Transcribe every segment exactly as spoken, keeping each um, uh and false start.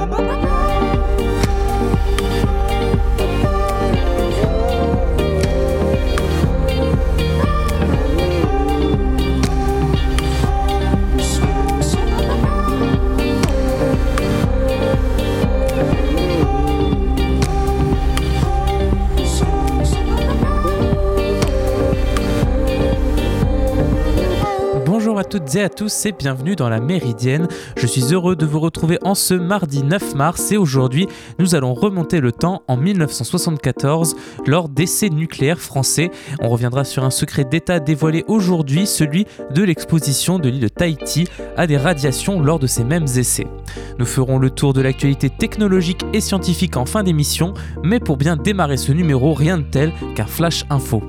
Bonjour à toutes et à tous et bienvenue dans la Méridienne. Je suis heureux de vous retrouver en ce mardi neuf mars et aujourd'hui nous allons remonter le temps en dix-neuf cent soixante-quatorze lors d'essais nucléaires français. On reviendra sur un secret d'État dévoilé aujourd'hui, celui de l'exposition de l'île de Tahiti à des radiations lors de ces mêmes essais. Nous ferons le tour de l'actualité technologique et scientifique en fin d'émission, mais pour bien démarrer ce numéro, rien de tel qu'un flash info.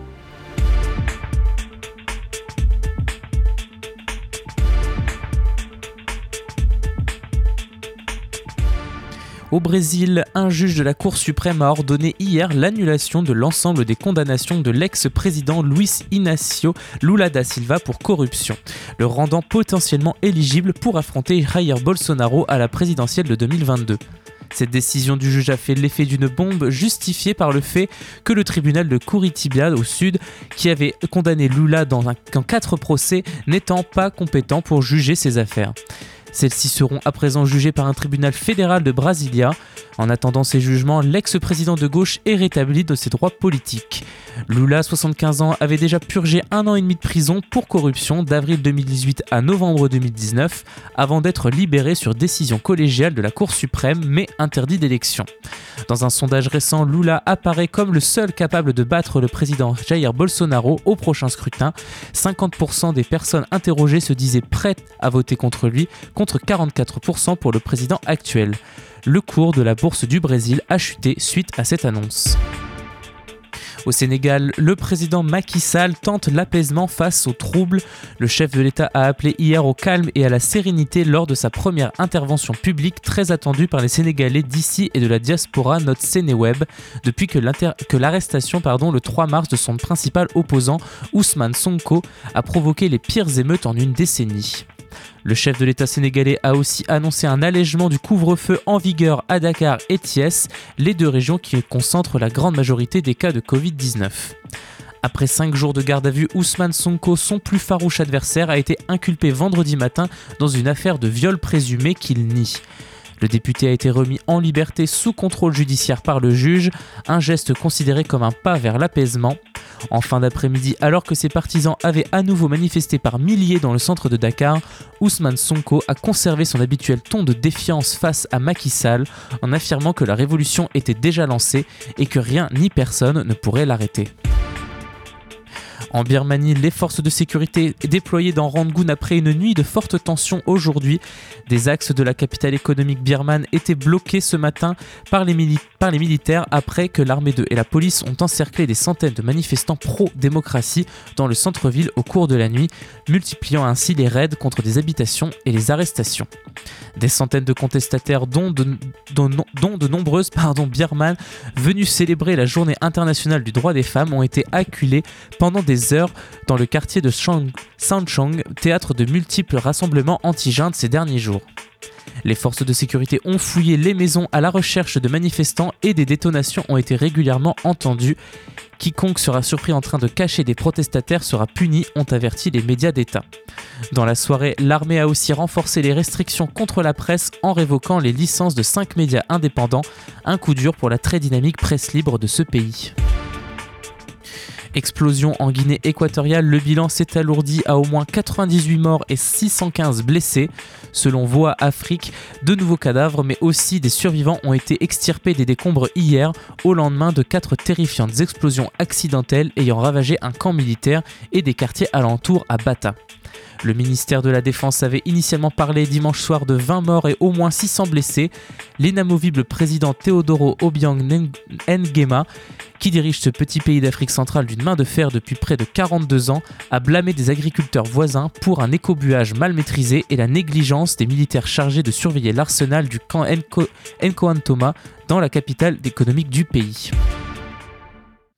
Au Brésil, un juge de la Cour suprême a ordonné hier l'annulation de l'ensemble des condamnations de l'ex-président Luiz Inácio Lula da Silva pour corruption, le rendant potentiellement éligible pour affronter Jair Bolsonaro à la présidentielle de deux mille vingt-deux. Cette décision du juge a fait l'effet d'une bombe justifiée par le fait que le tribunal de Curitiba au sud, qui avait condamné Lula dans, un, dans quatre procès, n'étant pas compétent pour juger ces affaires. Celles-ci seront à présent jugées par un tribunal fédéral de Brasilia. En attendant ces jugements, l'ex-président de gauche est rétabli de ses droits politiques. Lula, soixante-quinze ans, avait déjà purgé un an et demi de prison pour corruption d'avril deux mille dix-huit à novembre deux mille dix-neuf, avant d'être libéré sur décision collégiale de la Cour suprême, mais interdit d'élection. Dans un sondage récent, Lula apparaît comme le seul capable de battre le président Jair Bolsonaro au prochain scrutin. cinquante pour cent des personnes interrogées se disaient prêtes à voter contre lui, contre quarante-quatre pour cent pour le président actuel. Le cours de la bourse du Brésil a chuté suite à cette annonce. Au Sénégal, le président Macky Sall tente l'apaisement face aux troubles. Le chef de l'État a appelé hier au calme et à la sérénité lors de sa première intervention publique très attendue par les Sénégalais d'ici et de la diaspora, note Sénéweb, depuis que, que l'arrestation pardon, le trois mars de son principal opposant, Ousmane Sonko, a provoqué les pires émeutes en une décennie. Le chef de l'État sénégalais a aussi annoncé un allègement du couvre-feu en vigueur à Dakar et Thiès, les deux régions qui concentrent la grande majorité des cas de covid dix-neuf. Après cinq jours de garde à vue, Ousmane Sonko, son plus farouche adversaire, a été inculpé vendredi matin dans une affaire de viol présumé qu'il nie. Le député a été remis en liberté sous contrôle judiciaire par le juge, un geste considéré comme un pas vers l'apaisement. En fin d'après-midi, alors que ses partisans avaient à nouveau manifesté par milliers dans le centre de Dakar, Ousmane Sonko a conservé son habituel ton de défiance face à Macky Sall en affirmant que la révolution était déjà lancée et que rien ni personne ne pourrait l'arrêter. En Birmanie, les forces de sécurité déployées dans Rangoon après une nuit de fortes tensions aujourd'hui. Des axes de la capitale économique birmane étaient bloqués ce matin par les, mili- par les militaires après que l'armée de et la police ont encerclé des centaines de manifestants pro-démocratie dans le centre-ville au cours de la nuit, multipliant ainsi les raids contre des habitations et les arrestations. Des centaines de contestataires, dont de, dont, dont de nombreuses pardon, birmanes venues célébrer la journée internationale du droit des femmes, ont été acculés pendant des heures dans le quartier de Sanchong, théâtre de multiples rassemblements anti-junte ces derniers jours. Les forces de sécurité ont fouillé les maisons à la recherche de manifestants et des détonations ont été régulièrement entendues. Quiconque sera surpris en train de cacher des protestataires sera puni, ont averti les médias d'État. Dans la soirée, l'armée a aussi renforcé les restrictions contre la presse en révoquant les licences de cinq médias indépendants, un coup dur pour la très dynamique presse libre de ce pays. Explosion en Guinée équatoriale, le bilan s'est alourdi à au moins quatre-vingt-dix-huit morts et six cent quinze blessés. Selon Voix Afrique, de nouveaux cadavres mais aussi des survivants ont été extirpés des décombres hier au lendemain de quatre terrifiantes explosions accidentelles ayant ravagé un camp militaire et des quartiers alentours à Bata. Le ministère de la Défense avait initialement parlé dimanche soir de vingt morts et au moins six cents blessés. L'inamovible président Teodoro Obiang Nguema, qui dirige ce petit pays d'Afrique centrale d'une main de fer depuis près de quarante-deux ans, a blâmé des agriculteurs voisins pour un écobuage mal maîtrisé et la négligence des militaires chargés de surveiller l'arsenal du camp Nkoantoma dans la capitale économique du pays.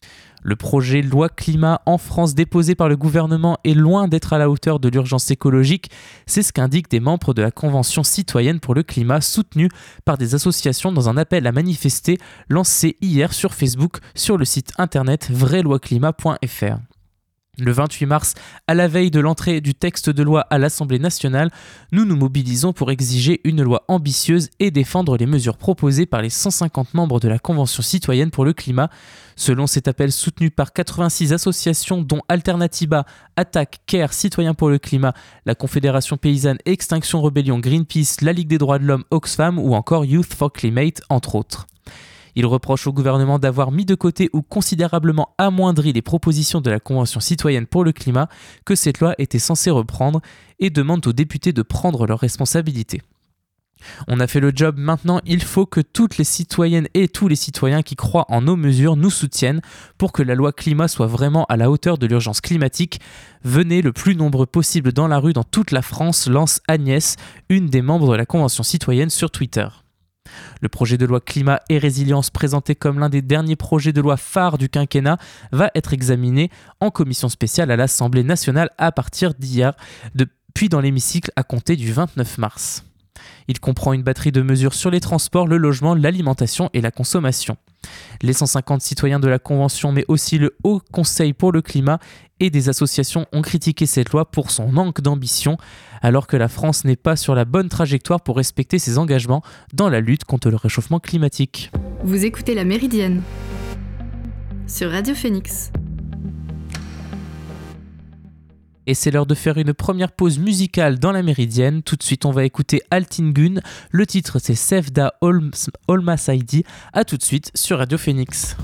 Le projet loi climat en France déposé par le gouvernement est loin d'être à la hauteur de l'urgence écologique. C'est ce qu'indiquent des membres de la Convention citoyenne pour le climat soutenus par des associations dans un appel à manifester lancé hier sur Facebook sur le site internet vrai loi climat point f r. Le vingt-huit mars, à la veille de l'entrée du texte de loi à l'Assemblée nationale, nous nous mobilisons pour exiger une loi ambitieuse et défendre les mesures proposées par les cent cinquante membres de la Convention citoyenne pour le climat. Selon cet appel soutenu par quatre-vingt-six associations dont Alternativa, Attaque, Care, Citoyens pour le climat, la Confédération paysanne, Extinction Rebellion, Greenpeace, la Ligue des droits de l'homme, Oxfam ou encore Youth for Climate, entre autres. Il reproche au gouvernement d'avoir mis de côté ou considérablement amoindri les propositions de la Convention citoyenne pour le climat que cette loi était censée reprendre et demande aux députés de prendre leurs responsabilités. On a fait le job, maintenant il faut que toutes les citoyennes et tous les citoyens qui croient en nos mesures nous soutiennent pour que la loi climat soit vraiment à la hauteur de l'urgence climatique. Venez le plus nombreux possible dans la rue dans toute la France, lance Agnès, une des membres de la Convention citoyenne sur Twitter. Le projet de loi climat et résilience, présenté comme l'un des derniers projets de loi phares du quinquennat, va être examiné en commission spéciale à l'Assemblée nationale à partir d'hier, de, puis dans l'hémicycle à compter du vingt-neuf mars. Il comprend une batterie de mesures sur les transports, le logement, l'alimentation et la consommation. Les cent cinquante citoyens de la Convention, mais aussi le Haut Conseil pour le climat et des associations ont critiqué cette loi pour son manque d'ambition, alors que la France n'est pas sur la bonne trajectoire pour respecter ses engagements dans la lutte contre le réchauffement climatique. Vous écoutez La Méridienne sur Radio Phoenix. Et c'est l'heure de faire une première pause musicale dans la Méridienne. Tout de suite, on va écouter Altingun. Le titre, c'est Sevda Olmasaidi. A tout de suite sur Radio Phoenix.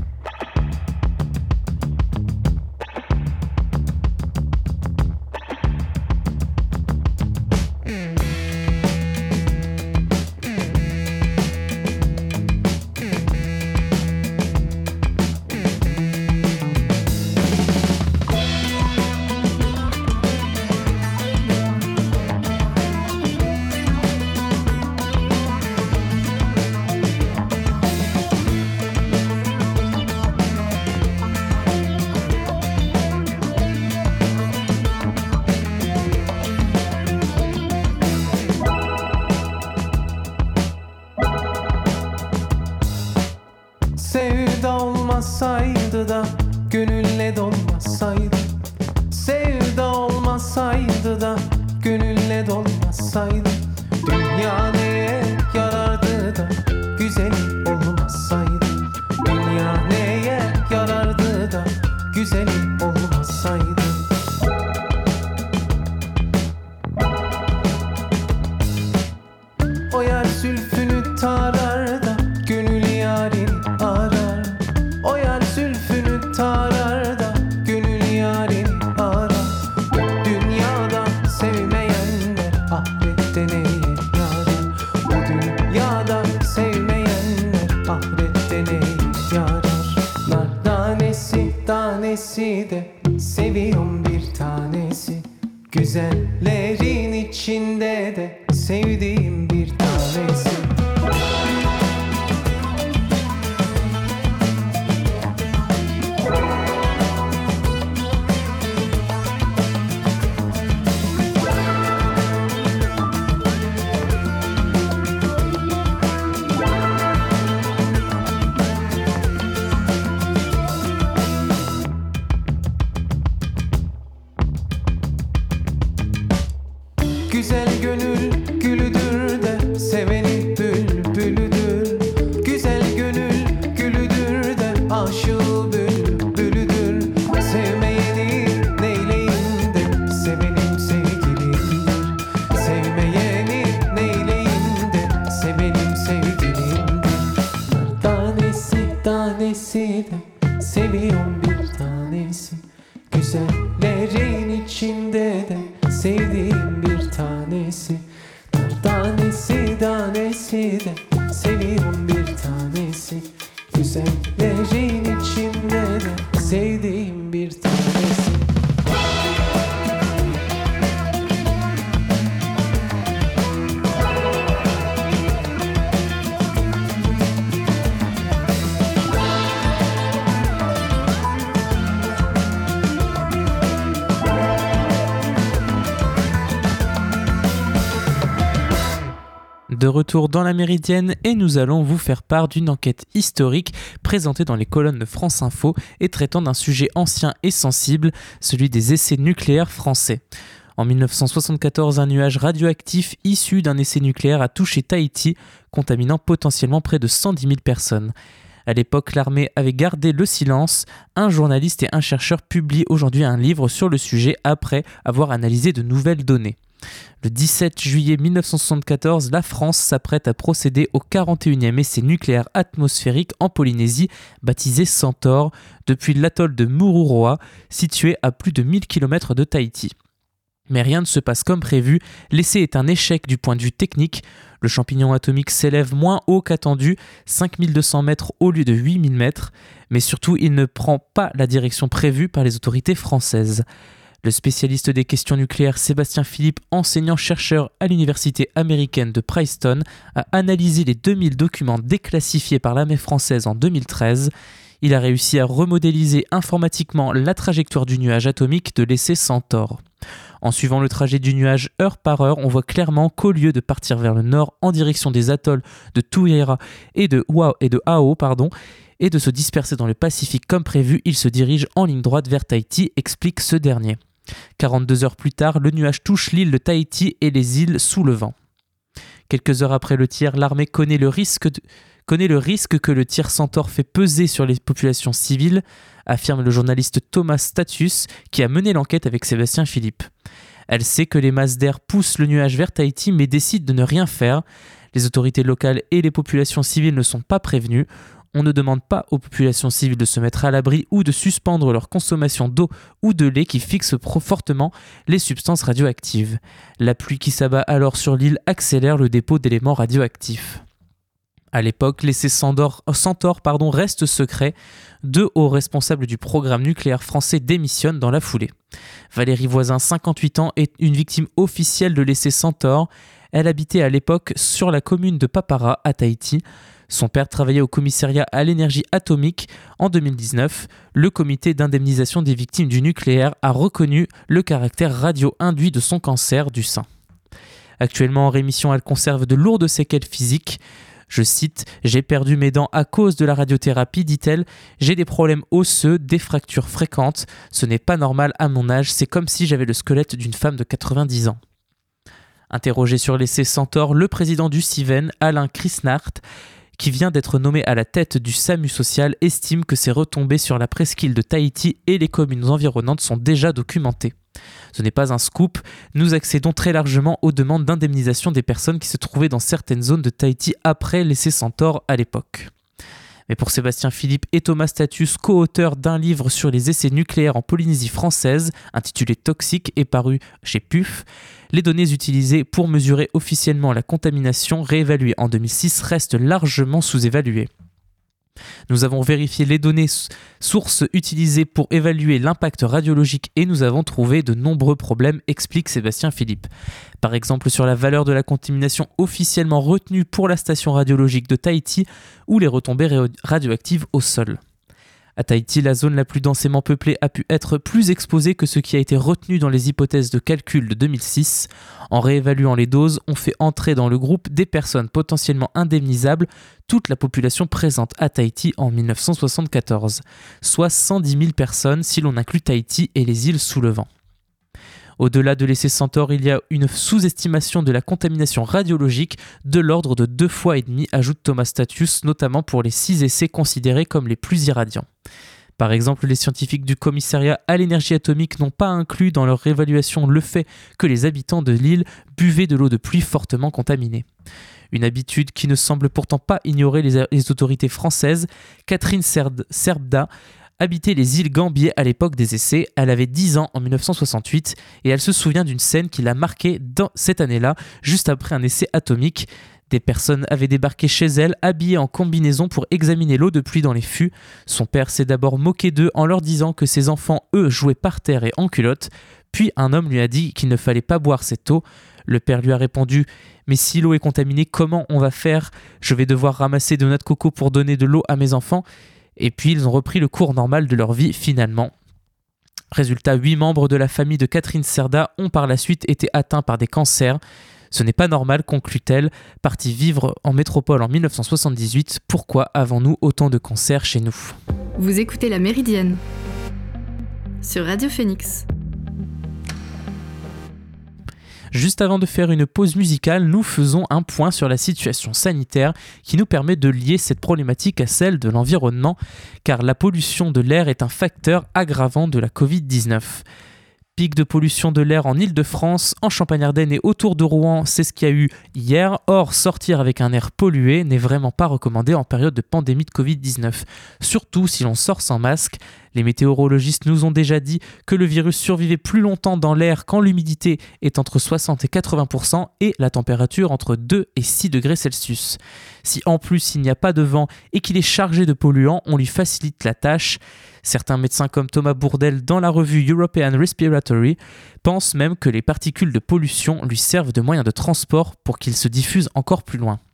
Sevda olmasaydı da gönülle dolmasaydı, sevda olmasaydı da gönülle dolmasaydı, dünya neye yarardı da güzeli olmasaydı, dünya neye yarardı da güzeli olmasaydı. O yer zülfünü tarar da gönül yarini arar. O yer zülfünü tarar da gönül yarini arar. Dünyada sevmeyenler ahirette neye yarar? Bu dünyada sevmeyenler ahirette neye yarar? Nar tanesi tanesi de seviyorum bir tanesi. Güzellerin içinde de sevdiğim bir tanesi. Güzel gönül gülüdür de seveni bülbülüdür. Güzel gönül gülüdür de aşığı bülbülüdür. Sevmeyeni neyleyim de sevenim sevgilimdir. Sevmeyeni neyleyim de sevenim sevgilimdir. Tanesi tanesi de seviyorum bir tanesi. Güzellerin içinde de sevdiğim bir tanesi. De retour dans la Méridienne et nous allons vous faire part d'une enquête historique présentée dans les colonnes de France Info et traitant d'un sujet ancien et sensible, celui des essais nucléaires français. En dix-neuf cent soixante-quatorze, un nuage radioactif issu d'un essai nucléaire a touché Tahiti, contaminant potentiellement près de cent dix mille personnes. À l'époque, l'armée avait gardé le silence. Un journaliste et un chercheur publient aujourd'hui un livre sur le sujet après avoir analysé de nouvelles données. Le dix-sept juillet mille neuf cent soixante-quatorze, la France s'apprête à procéder au quarante et unième essai nucléaire atmosphérique en Polynésie, baptisé Centaure, depuis l'atoll de Mururoa, situé à plus de mille kilomètres de Tahiti. Mais rien ne se passe comme prévu, l'essai est un échec du point de vue technique. Le champignon atomique s'élève moins haut qu'attendu, cinq mille deux cents mètres au lieu de huit mille mètres, mais surtout il ne prend pas la direction prévue par les autorités françaises. Le spécialiste des questions nucléaires Sébastien Philippe, enseignant-chercheur à l'université américaine de Princeton, a analysé les deux mille documents déclassifiés par l'armée française en deux mille treize. Il a réussi à remodéliser informatiquement la trajectoire du nuage atomique de l'essai Centaure. En suivant le trajet du nuage heure par heure, on voit clairement qu'au lieu de partir vers le nord en direction des atolls de Tuiera et de Oahu et de Ao, pardon, et de se disperser dans le Pacifique comme prévu, il se dirige en ligne droite vers Tahiti, explique ce dernier. quarante-deux heures plus tard, le nuage touche l'île de Tahiti et les îles sous le vent. Quelques heures après le tir, l'armée connaît le risque, de... connaît le risque que le tir Centaure fait peser sur les populations civiles, affirme le journaliste Thomas Status, qui a mené l'enquête avec Sébastien Philippe. Elle sait que les masses d'air poussent le nuage vers Tahiti, mais décide de ne rien faire. Les autorités locales et les populations civiles ne sont pas prévenues. On ne demande pas aux populations civiles de se mettre à l'abri ou de suspendre leur consommation d'eau ou de lait qui fixe fortement les substances radioactives. La pluie qui s'abat alors sur l'île accélère le dépôt d'éléments radioactifs. À l'époque, l'essai Centaure, Centaure pardon, reste secret. Deux hauts responsables du programme nucléaire français démissionnent dans la foulée. Valérie Voisin, cinquante-huit ans, est une victime officielle de l'essai Centaure. Elle habitait à l'époque sur la commune de Papara, à Tahiti. Son père travaillait au commissariat à l'énergie atomique. En deux mille dix-neuf, le comité d'indemnisation des victimes du nucléaire a reconnu le caractère radio-induit de son cancer du sein. Actuellement en rémission, elle conserve de lourdes séquelles physiques. Je cite, « J'ai perdu mes dents à cause de la radiothérapie, dit-elle. J'ai des problèmes osseux, des fractures fréquentes. Ce n'est pas normal à mon âge, c'est comme si j'avais le squelette d'une femme de quatre-vingt-dix ans. » Interrogé sur l'essai Centaure, le président du CIVEN, Alain Krisnart, qui vient d'être nommé à la tête du SAMU social, estime que ces retombées sur la presqu'île de Tahiti et les communes environnantes sont déjà documentées. Ce n'est pas un scoop, nous accédons très largement aux demandes d'indemnisation des personnes qui se trouvaient dans certaines zones de Tahiti après l'essai Centaure à l'époque. Mais pour Sébastien Philippe et Thomas Status, co-auteurs d'un livre sur les essais nucléaires en Polynésie française, intitulé Toxique et paru chez P U F, les données utilisées pour mesurer officiellement la contamination réévaluée en deux mille six restent largement sous-évaluées. Nous avons vérifié les données sources utilisées pour évaluer l'impact radiologique et nous avons trouvé de nombreux problèmes, explique Sébastien Philippe. Par exemple sur la valeur de la contamination officiellement retenue pour la station radiologique de Tahiti ou les retombées radioactives au sol. À Tahiti, la zone la plus densément peuplée a pu être plus exposée que ce qui a été retenu dans les hypothèses de calcul de deux mille six. En réévaluant les doses, on fait entrer dans le groupe des personnes potentiellement indemnisables toute la population présente à Tahiti en dix-neuf cent soixante-quatorze, soit cent dix mille personnes si l'on inclut Tahiti et les îles sous le vent. Au-delà de l'essai Centaure, il y a une sous-estimation de la contamination radiologique de l'ordre de deux fois et demi, ajoute Thomas Status, notamment pour les six essais considérés comme les plus irradiants. Par exemple, les scientifiques du commissariat à l'énergie atomique n'ont pas inclus dans leur évaluation le fait que les habitants de l'île buvaient de l'eau de pluie fortement contaminée. Une habitude qui ne semble pourtant pas ignorer les, les autorités françaises. Catherine Serd- Serbda habitait les îles Gambier à l'époque des essais. Elle avait dix ans en dix-neuf cent soixante-huit et elle se souvient d'une scène qui l'a marquée dans cette année-là, juste après un essai atomique. Des personnes avaient débarqué chez elle, habillées en combinaison pour examiner l'eau de pluie dans les fûts. Son père s'est d'abord moqué d'eux en leur disant que ses enfants, eux, jouaient par terre et en culotte. Puis un homme lui a dit qu'il ne fallait pas boire cette eau. Le père lui a répondu « Mais si l'eau est contaminée, comment on va faire ? Je vais devoir ramasser de noix de coco pour donner de l'eau à mes enfants. » Et puis ils ont repris le cours normal de leur vie finalement. Résultat, huit membres de la famille de Catherine Serda ont par la suite été atteints par des cancers. Ce n'est pas normal, conclut-elle, partie vivre en métropole en dix-neuf cent soixante-dix-huit, pourquoi avons-nous autant de cancers chez nous ? Vous écoutez La Méridienne sur Radio Phoenix. Juste avant de faire une pause musicale, nous faisons un point sur la situation sanitaire qui nous permet de lier cette problématique à celle de l'environnement, car la pollution de l'air est un facteur aggravant de la covid dix-neuf. Pic de pollution de l'air en Île-de-France, en Champagne-Ardenne et autour de Rouen, c'est ce qu'il y a eu hier. Or, sortir avec un air pollué n'est vraiment pas recommandé en période de pandémie de covid dix-neuf, surtout si l'on sort sans masque. Les météorologistes nous ont déjà dit que le virus survivait plus longtemps dans l'air quand l'humidité est entre soixante et quatre-vingts pour cent et la température entre deux et six degrés Celsius. Si en plus il n'y a pas de vent et qu'il est chargé de polluants, on lui facilite la tâche. Certains médecins comme Thomas Bourdelle dans la revue European Respiratory pensent même que les particules de pollution lui servent de moyen de transport pour qu'il se diffuse encore plus loin.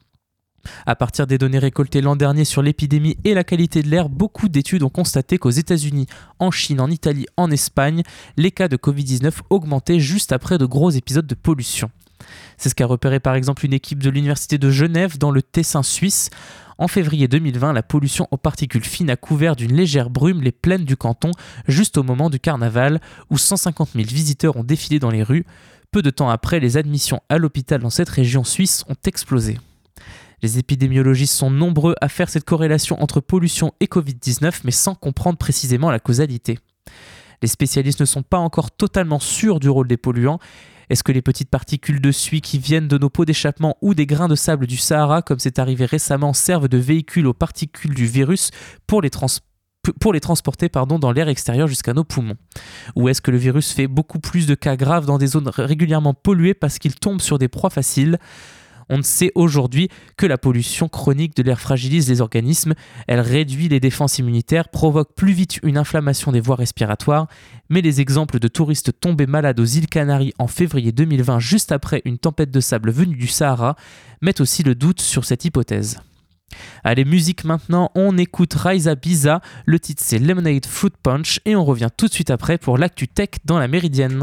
À partir des données récoltées l'an dernier sur l'épidémie et la qualité de l'air, beaucoup d'études ont constaté qu'aux États-Unis, en Chine, en Italie, en Espagne, les cas de covid dix-neuf augmentaient juste après de gros épisodes de pollution. C'est ce qu'a repéré par exemple une équipe de l'Université de Genève dans le Tessin suisse. En février deux mille vingt, la pollution aux particules fines a couvert d'une légère brume les plaines du canton, juste au moment du carnaval, où cent cinquante mille visiteurs ont défilé dans les rues. Peu de temps après, les admissions à l'hôpital dans cette région suisse ont explosé. Les épidémiologistes sont nombreux à faire cette corrélation entre pollution et covid dix-neuf, mais sans comprendre précisément la causalité. Les spécialistes ne sont pas encore totalement sûrs du rôle des polluants. Est-ce que les petites particules de suie qui viennent de nos pots d'échappement ou des grains de sable du Sahara, comme c'est arrivé récemment, servent de véhicule aux particules du virus pour les, trans- pour les transporter pardon, dans l'air extérieur jusqu'à nos poumons ? Ou est-ce que le virus fait beaucoup plus de cas graves dans des zones régulièrement polluées parce qu'il tombe sur des proies faciles ? On ne sait aujourd'hui que la pollution chronique de l'air fragilise les organismes, elle réduit les défenses immunitaires, provoque plus vite une inflammation des voies respiratoires, mais les exemples de touristes tombés malades aux îles Canaries en février deux mille vingt, juste après une tempête de sable venue du Sahara, mettent aussi le doute sur cette hypothèse. Allez, musique maintenant, on écoute Raisa Biza, le titre c'est Lemonade Fruit Punch et on revient tout de suite après pour l'actu tech dans la Méridienne.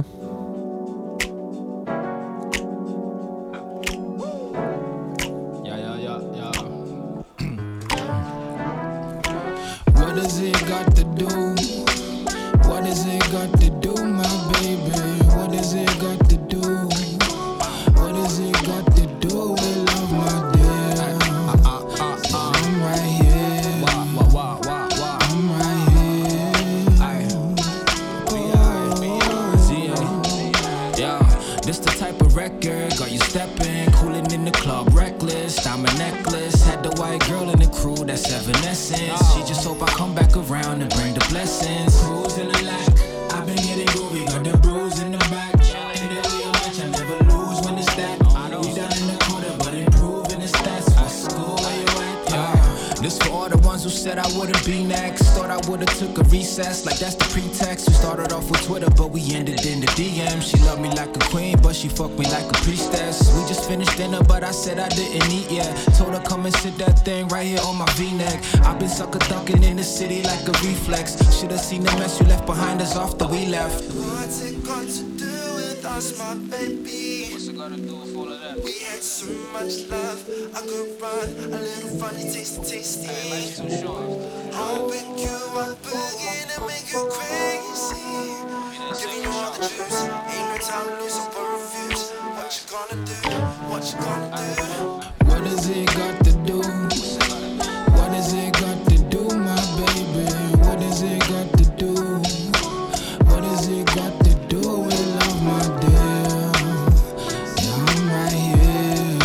Said I wouldn't be next. Thought I would've took a recess. Like that's the pretext. We started off with Twitter, but we ended in the D M. She loved me like a queen, but she fucked me like a priestess. We just finished dinner, but I said I didn't eat yet. Told her come and sit that thing right here on my V-neck. I've been sucker dunking in the city like a reflex. Should've seen the mess you left behind us after we left. What's it got to do with us, my baby? What's it got to do with all of that? We had so much love, I could run a little funny, tasty, tasty. Hoping you are boogie to make you crazy. Giving you all the juice, ain't no time to lose, so for reviews. What you gonna do? What you gonna do? What does it got to do? What does it got to do, my baby? What does it got to do? What does it got to do with love, my dear? Yeah, I'm right here.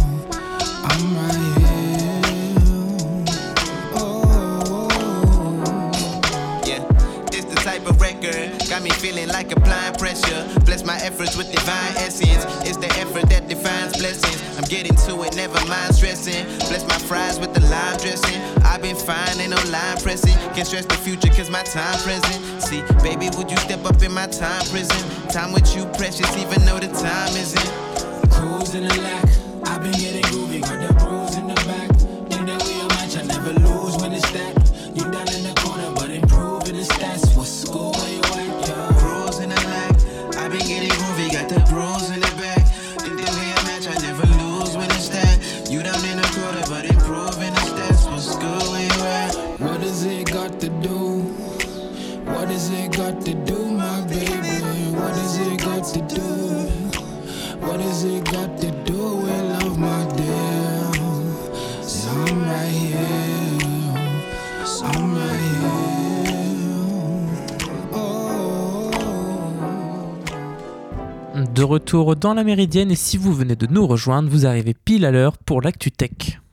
I'm right here. Oh. Yeah, it's the type of record got me feeling like applying pressure. Bless my efforts with divine essence. It's the effort that defines blessings. I'm getting to it, never mind stressing. Bless my fries with the lime dressing. I've been fine, ain't no line pressing. Can't stress the future cause my time present. See, baby, would you step up in my time prison? Time with you precious even though the time isn't. Cruise in the lack, I've been getting groovy. Got the bruise in the back. Think that we a match, I never lose when it's that. You down in the corner but improving the stats. What school where you at, yeah? Cruise in the lack, I've been getting groovy. Got the bruise in the back. Think that we a match, I has it got to do with love, my dear? Say I'm right here, say I'm right here. Oh. De retour dans la Méridienne, et si vous venez de nous rejoindre, vous arrivez pile à l'heure pour l'Actu Tech.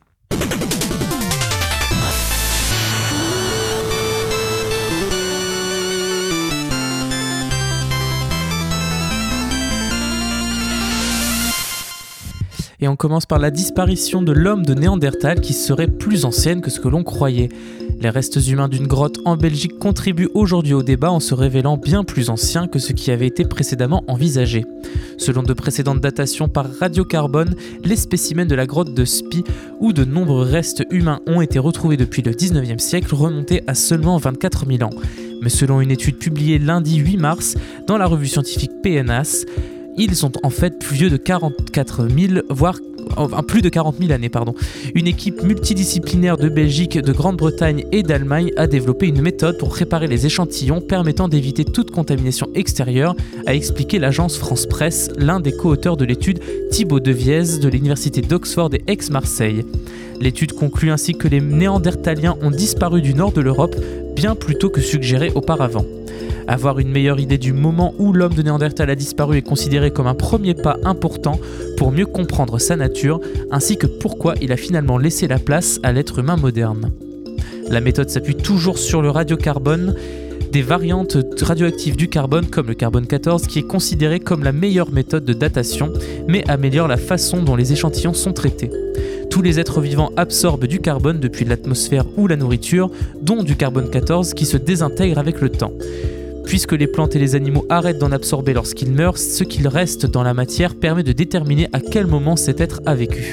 Et on commence par la disparition de l'homme de Néandertal qui serait plus ancienne que ce que l'on croyait. Les restes humains d'une grotte en Belgique contribuent aujourd'hui au débat en se révélant bien plus anciens que ce qui avait été précédemment envisagé. Selon de précédentes datations par radiocarbone, les spécimens de la grotte de Spie, où de nombreux restes humains ont été retrouvés depuis le dix-neuvième siècle, remontaient à seulement vingt-quatre mille ans. Mais selon une étude publiée lundi huit mars dans la revue scientifique P N A S, ils sont en fait plus vieux de quarante-quatre mille, voire enfin, plus de quarante mille années. Pardon. Une équipe multidisciplinaire de Belgique, de Grande-Bretagne et d'Allemagne a développé une méthode pour préparer les échantillons permettant d'éviter toute contamination extérieure, a expliqué l'agence France Presse, l'un des co-auteurs de l'étude, Thibaut Deviez de l'université d'Oxford et Aix-Marseille. L'étude conclut ainsi que les Néandertaliens ont disparu du nord de l'Europe bien plus tôt que suggéré auparavant. Avoir une meilleure idée du moment où l'homme de Néandertal a disparu est considéré comme un premier pas important pour mieux comprendre sa nature, ainsi que pourquoi il a finalement laissé la place à l'être humain moderne. La méthode s'appuie toujours sur le radiocarbone, des variantes radioactives du carbone comme le carbone quatorze qui est considéré comme la meilleure méthode de datation, mais améliore la façon dont les échantillons sont traités. Tous les êtres vivants absorbent du carbone depuis l'atmosphère ou la nourriture, dont du carbone quatorze qui se désintègre avec le temps. Puisque les plantes et les animaux arrêtent d'en absorber lorsqu'ils meurent, ce qu'il reste dans la matière permet de déterminer à quel moment cet être a vécu.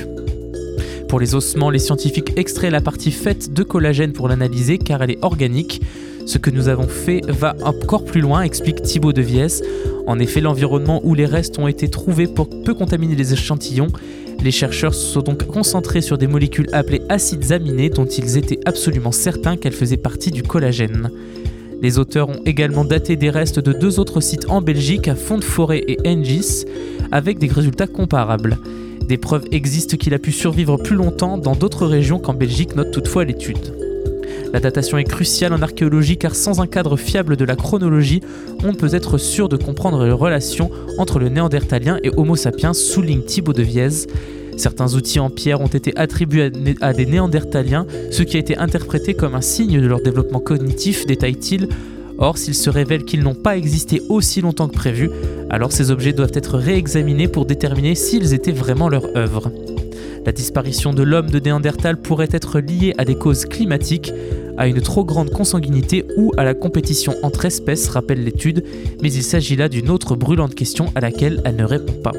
Pour les ossements, les scientifiques extraient la partie faite de collagène pour l'analyser car elle est organique. Ce que nous avons fait va encore plus loin, explique Thibaut Deviez. En effet, l'environnement où les restes ont été trouvés peut contaminer les échantillons. Les chercheurs se sont donc concentrés sur des molécules appelées acides aminés dont ils étaient absolument certains qu'elles faisaient partie du collagène. Les auteurs ont également daté des restes de deux autres sites en Belgique, à Font-de-Forêt et Hengis, avec des résultats comparables. Des preuves existent qu'il a pu survivre plus longtemps dans d'autres régions qu'en Belgique, note toutefois l'étude. La datation est cruciale en archéologie car sans un cadre fiable de la chronologie, on ne peut être sûr de comprendre les relations entre le néandertalien et Homo sapiens, souligne Thibaut Deviez. Certains outils en pierre ont été attribués à des néandertaliens, ce qui a été interprété comme un signe de leur développement cognitif, détaille-t-il. Or, s'il se révèle qu'ils n'ont pas existé aussi longtemps que prévu, alors ces objets doivent être réexaminés pour déterminer s'ils étaient vraiment leur œuvre. La disparition de l'homme de Néandertal pourrait être liée à des causes climatiques, à une trop grande consanguinité ou à la compétition entre espèces, rappelle l'étude, mais il s'agit là d'une autre brûlante question à laquelle elle ne répond pas.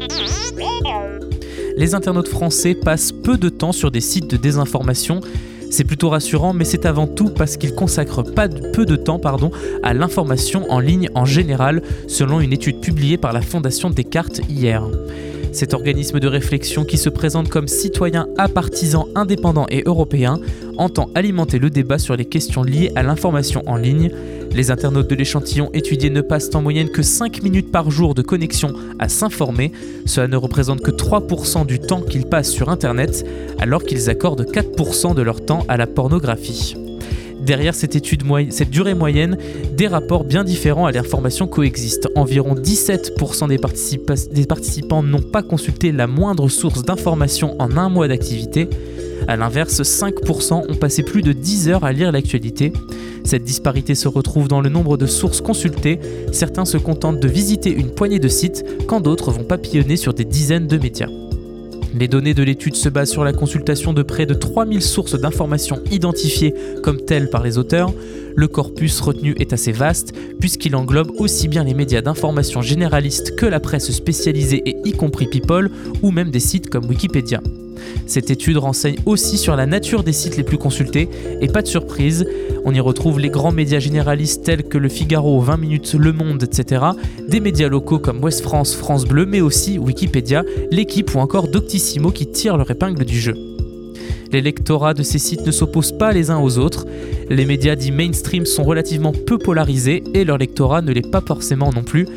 Les internautes français passent peu de temps sur des sites de désinformation. C'est plutôt rassurant, mais c'est avant tout parce qu'ils consacrent pas de, peu de temps pardon, à l'information en ligne en général, selon une étude publiée par la Fondation Descartes hier. Cet organisme de réflexion qui se présente comme citoyen apartisan indépendant et européen entend alimenter le débat sur les questions liées à l'information en ligne. Les internautes de l'échantillon étudié ne passent en moyenne que cinq minutes par jour de connexion à s'informer. Cela ne représente que trois pour cent du temps qu'ils passent sur Internet, alors qu'ils accordent quatre pour cent de leur temps à la pornographie. Derrière cette étude moy- cette durée moyenne, des rapports bien différents à l'information coexistent. Environ dix-sept pour cent des, participa- des participants n'ont pas consulté la moindre source d'information en un mois d'activité. A l'inverse, cinq pour cent ont passé plus de dix heures à lire l'actualité. Cette disparité se retrouve dans le nombre de sources consultées. Certains se contentent de visiter une poignée de sites, quand d'autres vont papillonner sur des dizaines de médias. Les données de l'étude se basent sur la consultation de près de trois mille sources d'informations identifiées comme telles par les auteurs. Le corpus retenu est assez vaste, puisqu'il englobe aussi bien les médias d'information généralistes que la presse spécialisée et y compris People, ou même des sites comme Wikipédia. Cette étude renseigne aussi sur la nature des sites les plus consultés, et pas de surprise, on y retrouve les grands médias généralistes tels que Le Figaro, vingt minutes, Le Monde, et cetera, des médias locaux comme Ouest France, France Bleu, mais aussi Wikipédia, L'Équipe ou encore Doctissimo qui tirent leur épingle du jeu. Les lectorats de ces sites ne s'opposent pas les uns aux autres, les médias dits mainstream sont relativement peu polarisés et leur lectorat ne l'est pas forcément non plus.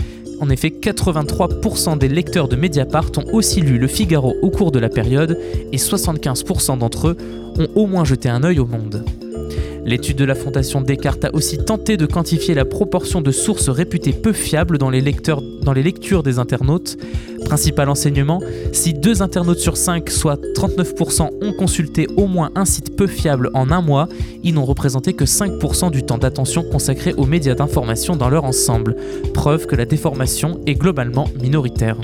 En effet, quatre-vingt-trois pour cent des lecteurs de Mediapart ont aussi lu Le Figaro au cours de la période et soixante-quinze pour cent d'entre eux ont au moins jeté un œil au Monde. L'étude de la Fondation Descartes a aussi tenté de quantifier la proportion de sources réputées peu fiables dans les, lecteurs, dans les lectures des internautes. Principal enseignement, si deux internautes sur cinq, soit trente-neuf pour cent, ont consulté au moins un site peu fiable en un mois, ils n'ont représenté que cinq pour cent du temps d'attention consacré aux médias d'information dans leur ensemble. Preuve que la déformation est globalement minoritaire.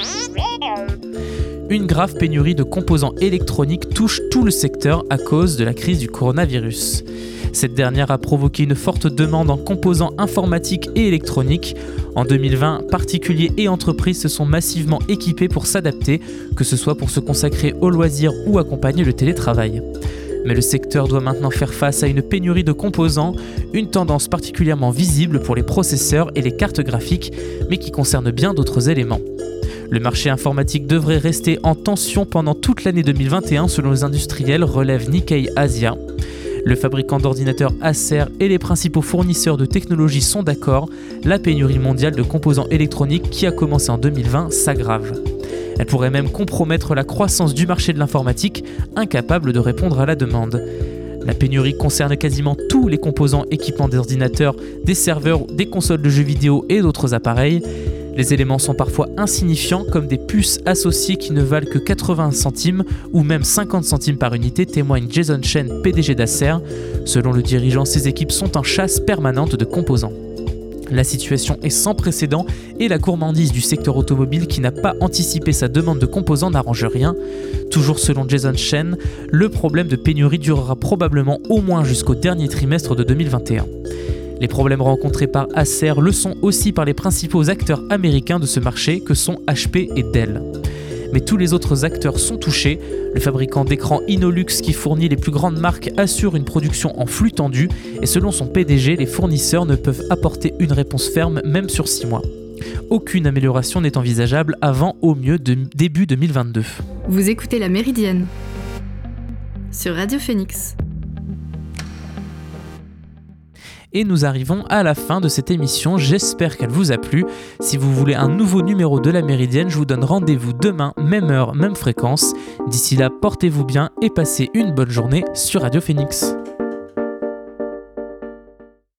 Une grave pénurie de composants électroniques touche tout le secteur à cause de la crise du coronavirus. Cette dernière a provoqué une forte demande en composants informatiques et électroniques. En deux mille vingt, particuliers et entreprises se sont massivement équipés pour s'adapter, que ce soit pour se consacrer aux loisirs ou accompagner le télétravail. Mais le secteur doit maintenant faire face à une pénurie de composants, une tendance particulièrement visible pour les processeurs et les cartes graphiques, mais qui concerne bien d'autres éléments. Le marché informatique devrait rester en tension pendant toute l'année deux mille vingt et un selon les industriels, relève Nikkei Asia. Le fabricant d'ordinateurs Acer et les principaux fournisseurs de technologies sont d'accord, la pénurie mondiale de composants électroniques qui a commencé en deux mille vingt s'aggrave. Elle pourrait même compromettre la croissance du marché de l'informatique, incapable de répondre à la demande. La pénurie concerne quasiment tous les composants équipant des ordinateurs, des serveurs, des consoles de jeux vidéo et d'autres appareils. Les éléments sont parfois insignifiants comme des puces associées qui ne valent que quatre-vingts centimes ou même cinquante centimes par unité, témoigne Jason Chen, P D G d'Acer. Selon le dirigeant, ces équipes sont en chasse permanente de composants. La situation est sans précédent et la gourmandise du secteur automobile qui n'a pas anticipé sa demande de composants n'arrange rien. Toujours selon Jason Chen, le problème de pénurie durera probablement au moins jusqu'au dernier trimestre de deux mille vingt et un. Les problèmes rencontrés par Acer le sont aussi par les principaux acteurs américains de ce marché que sont H P et Dell. Mais tous les autres acteurs sont touchés. Le fabricant d'écrans Innolux qui fournit les plus grandes marques assure une production en flux tendu et selon son P D G, les fournisseurs ne peuvent apporter une réponse ferme même sur six mois. Aucune amélioration n'est envisageable avant au mieux de début deux mille vingt-deux. Vous écoutez La Méridienne sur Radio Phoenix. Et nous arrivons à la fin de cette émission, j'espère qu'elle vous a plu. Si vous voulez un nouveau numéro de La Méridienne, je vous donne rendez-vous demain, même heure, même fréquence. D'ici là, portez-vous bien et passez une bonne journée sur Radio Phoenix.